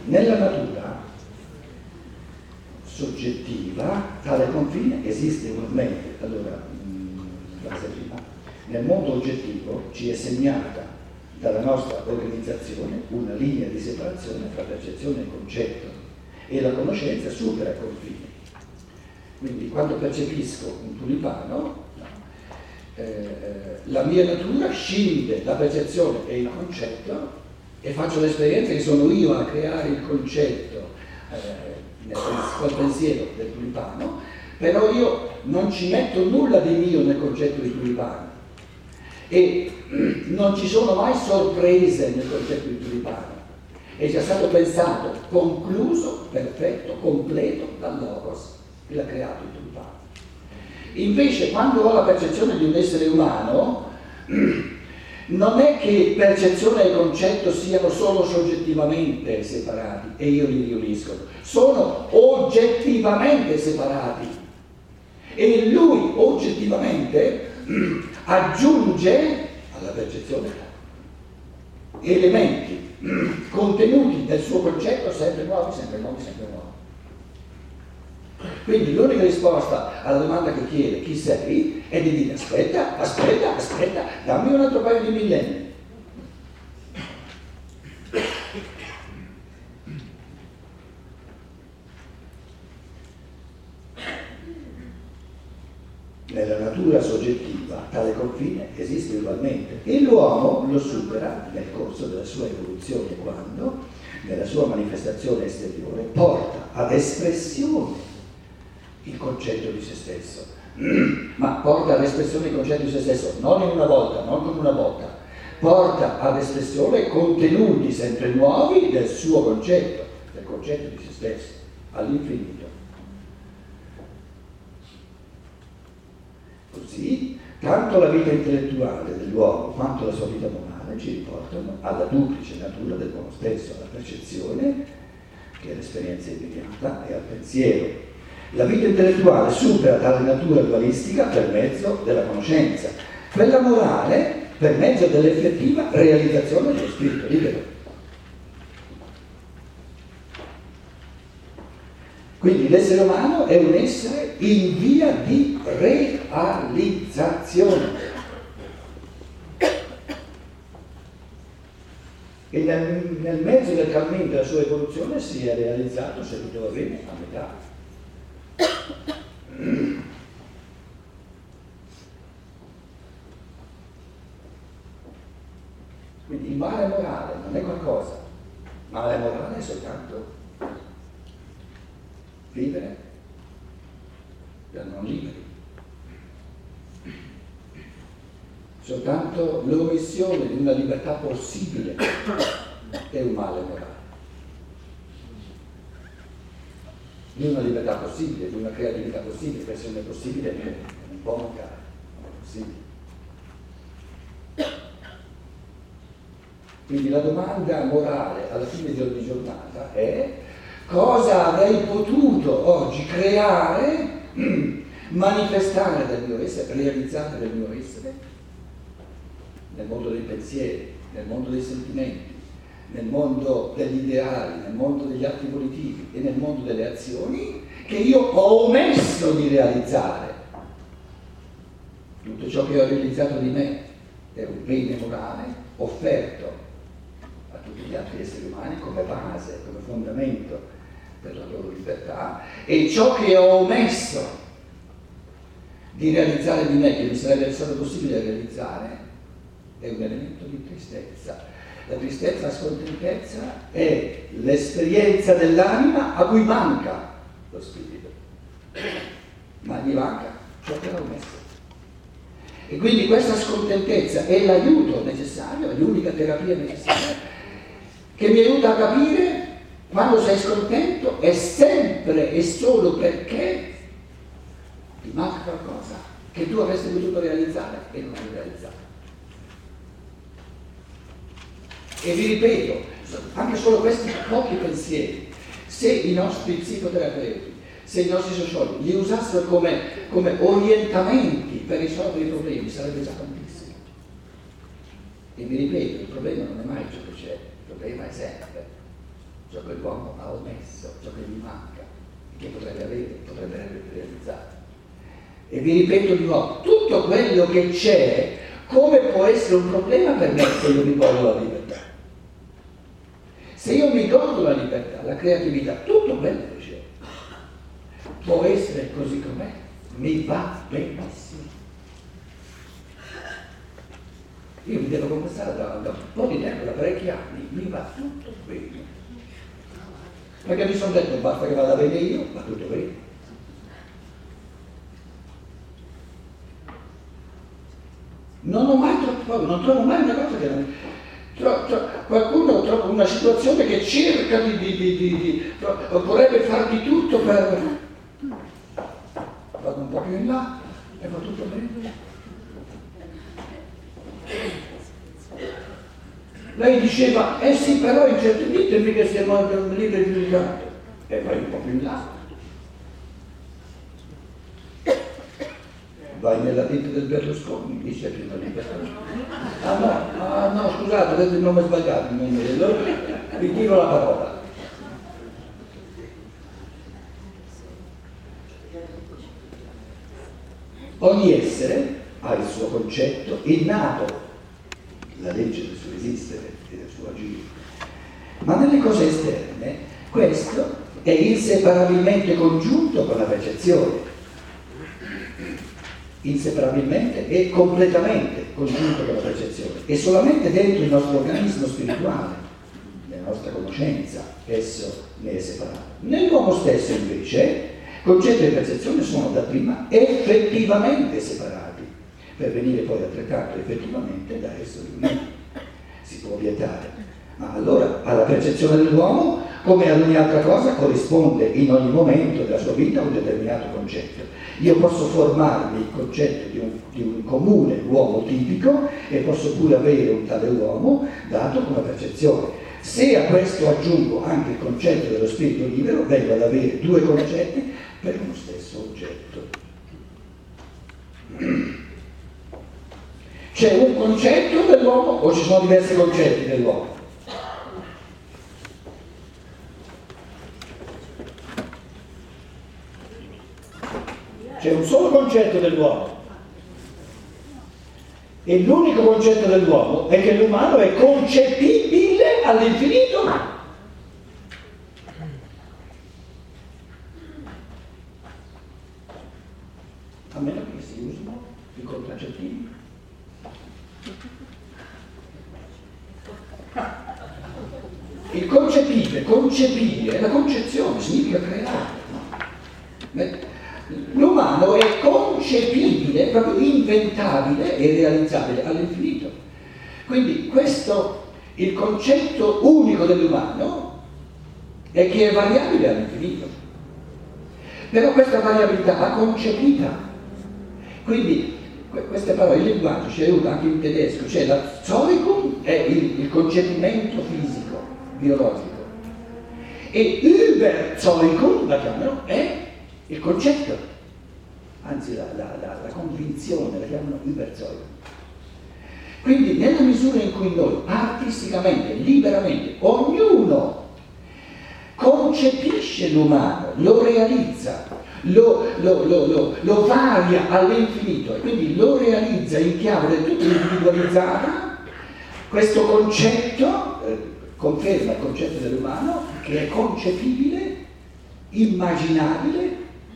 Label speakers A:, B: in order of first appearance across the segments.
A: Nella natura soggettiva tale confine esiste ugualmente. Allora, frase prima, nel mondo oggettivo ci è segnata dalla nostra organizzazione una linea di separazione tra percezione e concetto, e la conoscenza supera i confini. Quindi quando percepisco un tulipano, la mia natura scinde la percezione e il concetto e faccio l'esperienza che sono io a creare il concetto col pensiero del tulipano, però io non ci metto nulla di mio nel concetto di tulipano e non ci sono mai sorprese nel concetto di tulipano, è già stato pensato, concluso, perfetto, completo dal Logos che l'ha creato il tulipano. Invece quando ho la percezione di un essere umano, non è che percezione e concetto siano solo soggettivamente separati e io li riunisco, sono oggettivamente separati e lui oggettivamente aggiunge alla percezione elementi contenuti nel suo concetto sempre nuovi, sempre nuovi, sempre nuovi. Quindi l'unica risposta alla domanda che chiede chi sei è di dire aspetta, dammi un altro paio di millenni. Nella natura soggettiva tale confine esiste ugualmente e l'uomo lo supera nel corso della sua evoluzione quando, nella sua manifestazione esteriore, porta ad espressione il concetto di se stesso, ma porta all'espressione il concetto di se stesso non in una volta, non con una botta, porta ad espressione contenuti sempre nuovi del suo concetto, del concetto di se stesso, all'infinito. Così, tanto la vita intellettuale dell'uomo quanto la sua vita morale ci riportano alla duplice natura dell'uomo stesso, alla percezione, che è l'esperienza immediata, e al pensiero. La vita intellettuale supera tale natura dualistica per mezzo della conoscenza, quella morale per mezzo dell'effettiva realizzazione dello spirito libero. Quindi l'essere umano è un essere in via di realizzazione. E nel mezzo del cammino della sua evoluzione si è realizzato, se tutto va bene, a metà. Quindi il male morale non è qualcosa, ma la morale è soltanto vivere da non liberi, soltanto l'omissione di una libertà possibile è un male morale. Di una libertà possibile, di una creatività possibile, per essere possibile non può mancare, non è possibile. Quindi la domanda morale alla fine di ogni giornata è: cosa avrei potuto oggi creare, manifestare del mio essere, realizzare del mio essere, nel mondo dei pensieri, nel mondo dei sentimenti, nel mondo degli ideali, nel mondo degli atti volitivi e nel mondo delle azioni, che io ho omesso di realizzare. Tutto ciò che ho realizzato di me è un bene morale offerto a tutti gli altri esseri umani come base, come fondamento per la loro libertà, e ciò che ho omesso di realizzare di me, che mi sarebbe stato possibile realizzare, è un elemento di tristezza. La tristezza, la scontentezza è l'esperienza dell'anima a cui manca lo spirito, ma gli manca ciò che ha omesso. E quindi questa scontentezza è l'aiuto necessario, è l'unica terapia necessaria che mi aiuta a capire quando sei scontento è sempre e solo perché ti manca qualcosa che tu avresti potuto realizzare e non hai realizzato. E vi ripeto, anche solo questi pochi pensieri, se i nostri psicoterapeuti, se i nostri sociologi li usassero come orientamenti per risolvere i problemi, sarebbe già tantissimo. E vi ripeto, il problema non è mai ciò che c'è, il problema è sempre. ciò che l'uomo ha omesso, ciò che gli manca, che potrebbe avere, potrebbe realizzare. E vi ripeto di nuovo, tutto quello che c'è, come può essere un problema per me se io mi voglio la libertà? Se io mi do la libertà, la creatività, tutto quello che c'è può essere così com'è, mi va benissimo. Io mi devo confessare da un po' di tempo, da parecchi anni, mi va tutto bene. Perché mi sono detto, basta che vada bene io, va tutto bene. Non trovo mai una cosa che qualcuno trova una situazione che cerca vorrebbe fare di tutto per... Vado un po' più in là e va tutto bene. Lei diceva, sì, però ditemi che siamo liberi di giudicare. E vai un po' più in là. Vai nella vita del Berlusconi, dice prima libertà. No, scusate, avete il nome sbagliato, ritiro la parola. Ogni essere ha il suo concetto innato, la legge del suo esistere e del suo agire, ma nelle cose esterne questo è inseparabilmente congiunto con la percezione, inseparabilmente e completamente congiunto con la percezione, e solamente dentro il nostro organismo spirituale, nella nostra conoscenza, esso ne è separato. Nell'uomo stesso invece concetto e percezione sono dapprima effettivamente separati, per venire poi altrettanto effettivamente da esso riuniti. Si può vietare, ma allora alla percezione dell'uomo, come ad ogni altra cosa, corrisponde in ogni momento della sua vita un determinato concetto. Io posso formarmi il concetto di un comune uomo tipico e posso pure avere un tale uomo dato come percezione. Se a questo aggiungo anche il concetto dello spirito libero, vengo ad avere due concetti per uno stesso oggetto. C'è un concetto dell'uomo o ci sono diversi concetti dell'uomo? C'è un solo concetto dell'uomo. E l'unico concetto dell'uomo è che l'umano è concepibile all'infinito. A meno che si usino i contraccettivi. Il concepire è la concezione, significa creare. L'umano è concepibile, proprio inventabile e realizzabile all'infinito. Quindi il concetto unico dell'umano è che è variabile all'infinito. Però questa variabilità va concepita. Quindi queste parole, il linguaggio ci aiuta anche in tedesco, cioè la Zoikum è il concepimento fisico, biologico, e Überzeugung, la chiamano, è il concetto, anzi la convinzione, la chiamano Überzeugung. Quindi nella misura in cui noi artisticamente, liberamente, ognuno concepisce l'umano, lo realizza, lo varia all'infinito e quindi lo realizza in chiave del tutto individualizzata, questo concetto conferma il concetto dell'umano che è concepibile, immaginabile,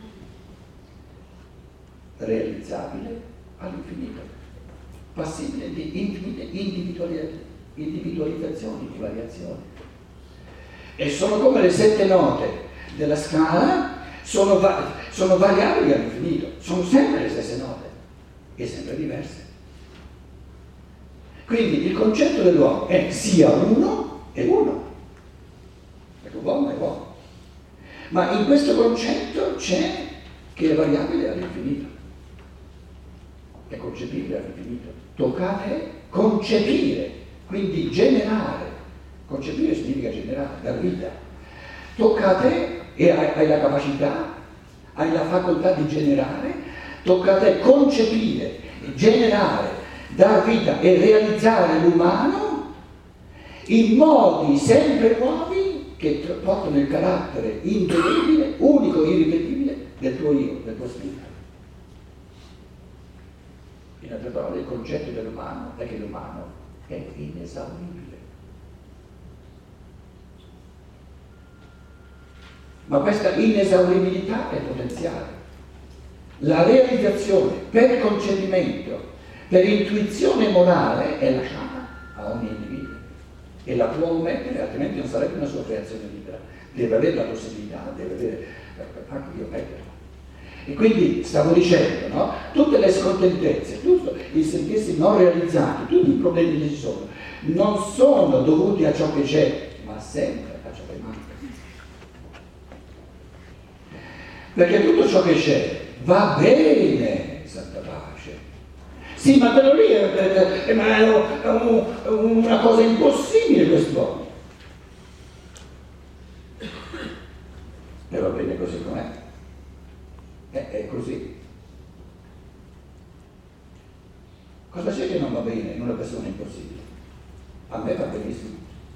A: realizzabile all'infinito, passibile di infinite individualizzazioni, di variazioni. E sono come le 7 note della scala, sono variabili all'infinito, sono sempre le stesse note e sempre diverse. Quindi il concetto dell'uomo è sia uno e uno, perché uomo è uomo. Ma in questo concetto c'è che è variabile all'infinito, è concepibile all'infinito. Tocca a te concepire, quindi generare. Concepire significa generare, dar vita. Tocca a te e hai la capacità, hai la facoltà di generare, tocca a te concepire, generare, dar vita e realizzare l'umano in modi sempre nuovi che portano il carattere indelebile, unico, irripetibile del tuo io, del tuo spirito. In altre parole, il concetto dell'umano è che l'umano è inesauribile. Ma questa inesauribilità è potenziale. La realizzazione per concepimento, per intuizione morale è lasciata a ogni individuo e la può omettere, altrimenti non sarebbe una sua creazione libera. Deve avere la possibilità, deve avere anche di ometterla. E quindi stavo dicendo, no? Tutte le scontentezze, tutto il sentirsi non realizzati, tutti i problemi che ci sono, non sono dovuti a ciò che c'è, ma sempre a ciò che manca. Perché tutto ciò che c'è va bene, santa pace. Sì, ma quello lì è una cosa impossibile quest'uomo. E va bene così com'è. È così. Cosa c'è che non va bene in una persona impossibile? A me va benissimo.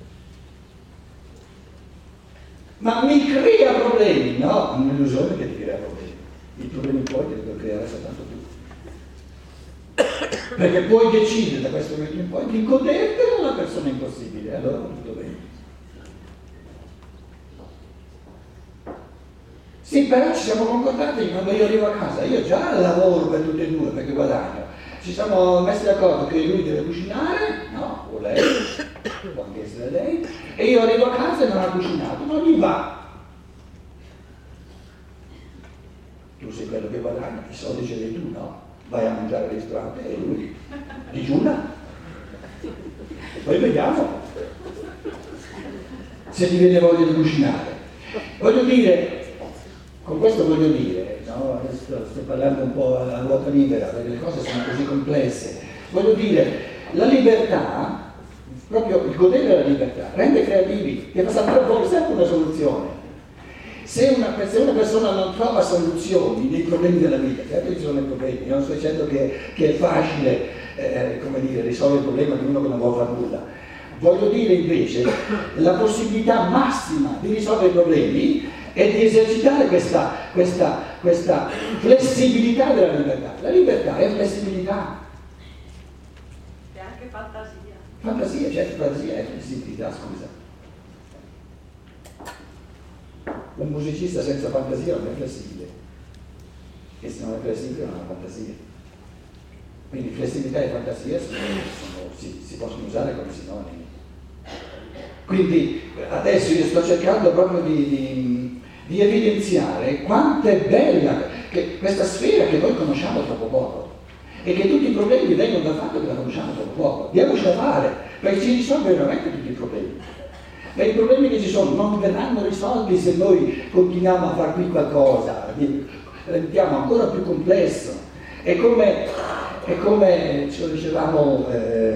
A: Ma mi crea problemi? No, un'illusione che ti crea problemi. I problemi poi te li puoi creare soltanto tu. Perché puoi decidere da questo momento in poi di godertene una persona impossibile, allora va tutto bene. Sì, però ci siamo concordati che quando io arrivo a casa, io già lavoro per tutti e due perché guadagno. Ci siamo messi d'accordo che lui deve cucinare, no? O lei, può anche essere lei, e io arrivo a casa e non ha cucinato, non gli va. Tu sei quello che guadagna, i soldi ce li hai tu, no? Vai a mangiare al ristorante e lui digiuna. Poi vediamo se ti viene voglia di cucinare. Voglio dire, con questo voglio dire, no? Adesso sto parlando un po' a ruota libera perché le cose sono così complesse. Voglio dire, la libertà, proprio il godere della libertà, rende creativi, che fa sempre una soluzione. Se una persona non trova soluzioni nei problemi della vita, certo ci sono i problemi, non sto dicendo che è facile risolvere il problema di uno che non vuole fare nulla. Voglio dire invece la possibilità massima di risolvere i problemi è di esercitare questa flessibilità della libertà. La libertà è flessibilità.
B: E anche fantasia.
A: Fantasia, certo, fantasia è flessibilità, scusa. Un musicista senza fantasia non è flessibile, e se non è flessibile non ha fantasia. Quindi flessibilità e fantasia si possono usare come sinonimi. Quindi adesso io sto cercando proprio di evidenziare quanto è bella questa sfera che noi conosciamo troppo poco e che tutti i problemi vengono dal fatto che la conosciamo troppo poco. Diamoci da fare, perché ci risolve veramente tutti i problemi. Ma i problemi che ci sono non verranno risolti se noi continuiamo a fare qui qualcosa, rendiamo ancora più complesso. È come ce lo dicevamo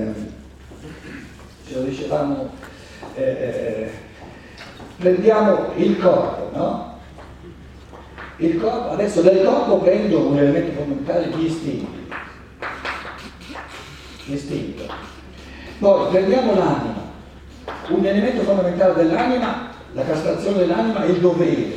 A: prendiamo il corpo, no? Il corpo, adesso dal corpo prendo un elemento fondamentale, gli istinti. Poi prendiamo l'anima. Un elemento fondamentale dell'anima, la castrazione dell'anima è il dovere.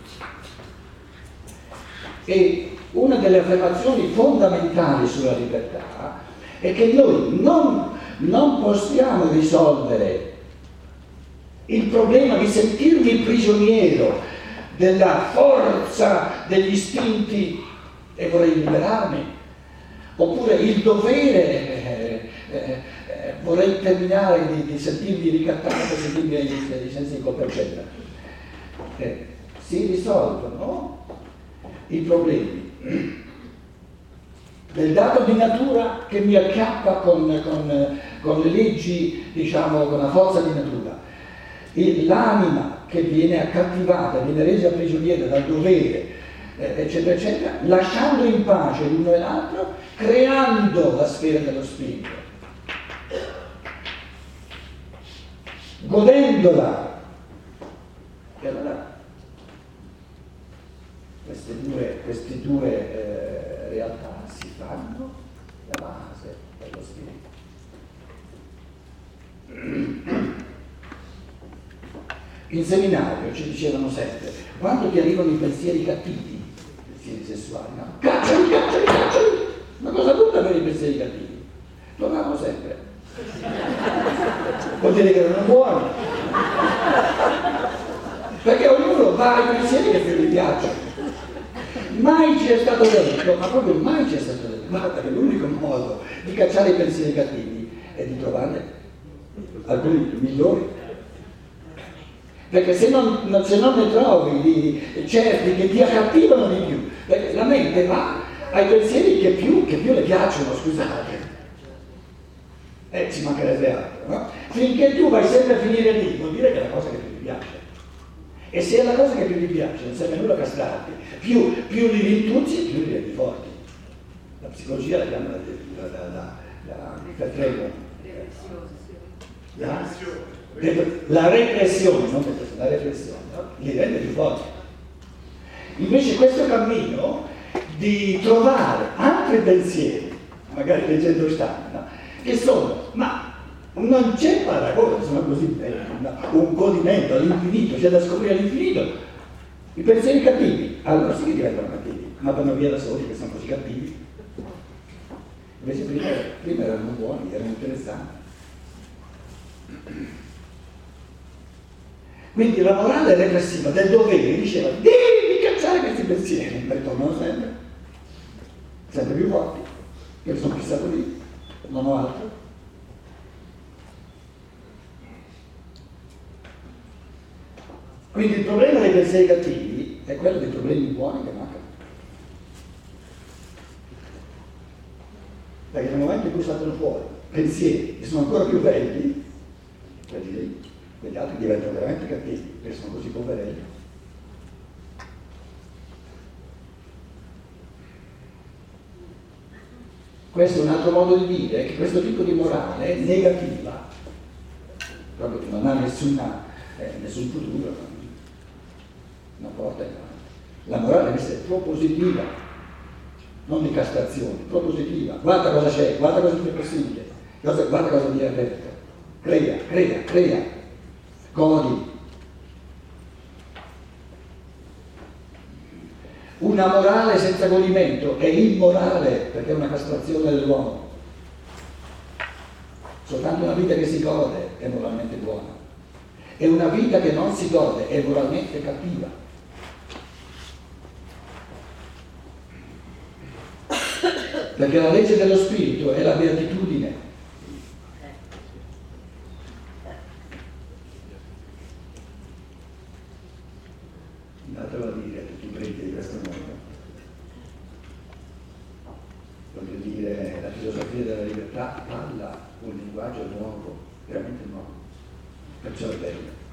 A: E una delle affermazioni fondamentali sulla libertà è che noi non possiamo risolvere il problema di sentirmi prigioniero della forza degli istinti e vorrei liberarmi, oppure il dovere, vorrei terminare di sentirmi ricattato, sentirmi di sensi di colpa, eccetera. Si risolvono i problemi del dato di natura che mi acchiappa con le leggi, diciamo, con la forza di natura. L'anima che viene accattivata, viene resa prigioniera dal dovere, eccetera, eccetera, lasciando in pace l'uno e l'altro, creando la sfera dello spirito, godendola. E allora queste due realtà si fanno la base dello spirito. In seminario ci dicevano sempre, quando ti arrivano i pensieri cattivi, pensieri sessuali, no? Cacciali, cacciali, cacciali! Una cosa brutta avere i pensieri cattivi. Tornavano sempre. Vuol dire che erano buoni. Perché ognuno va ai pensieri che più gli piacciono. Mai ci è stato detto, ma proprio mai ci è stato detto, guarda che l'unico modo di cacciare i pensieri cattivi è di trovarne alcuni migliori. Perché se non ne trovi di certi che ti accattivano di più, perché la mente va ai pensieri che più le piacciono, scusate. Ci mancherebbe altro, no? Finché tu vai sempre a finire lì, vuol dire che è la cosa che più ti piace. E se è la cosa che più ti piace, non serve nulla castrarti, più li rintuzzi, più li rendi forti. La psicologia la chiama la repressione, non la riflessione, no? Li rende più forti. Invece questo cammino di trovare altri pensieri, magari leggendo Stein, no? Che sono, ma non c'è paragone, sono così belli, no? Un godimento all'infinito, c'è da scoprire all'infinito. I pensieri cattivi, allora sì che diventano cattivi, ma vanno via da soli che sono così cattivi. Invece prima erano buoni, erano interessanti. Quindi la morale repressiva del dovere diceva devi cacciare questi pensieri, ma ritornano sempre più forti. Io sono fissato lì, non ho altro. Quindi il problema dei pensieri cattivi è quello dei problemi buoni che mancano. Perché nel momento in cui saltano fuori pensieri che sono ancora più belli, quegli altri diventano veramente cattivi, perché sono così poverelli. Questo è un altro modo di dire che questo tipo di morale negativa, proprio che non ha nessun futuro, non porta in avanti. La morale deve essere propositiva, non di castrazione, propositiva. Guarda cosa c'è, guarda cosa ti è possibile, guarda cosa ti è aperto. Crea, godi. Una morale senza godimento è immorale perché è una castrazione dell'uomo. Soltanto una vita che si gode è moralmente buona e una vita che non si gode è moralmente cattiva. Perché la legge dello spirito è la beatitudine. Andatelo a dire a tutti i preti di questo mondo. Voglio dire, la filosofia della libertà parla un linguaggio nuovo, veramente nuovo. Perciò è bello.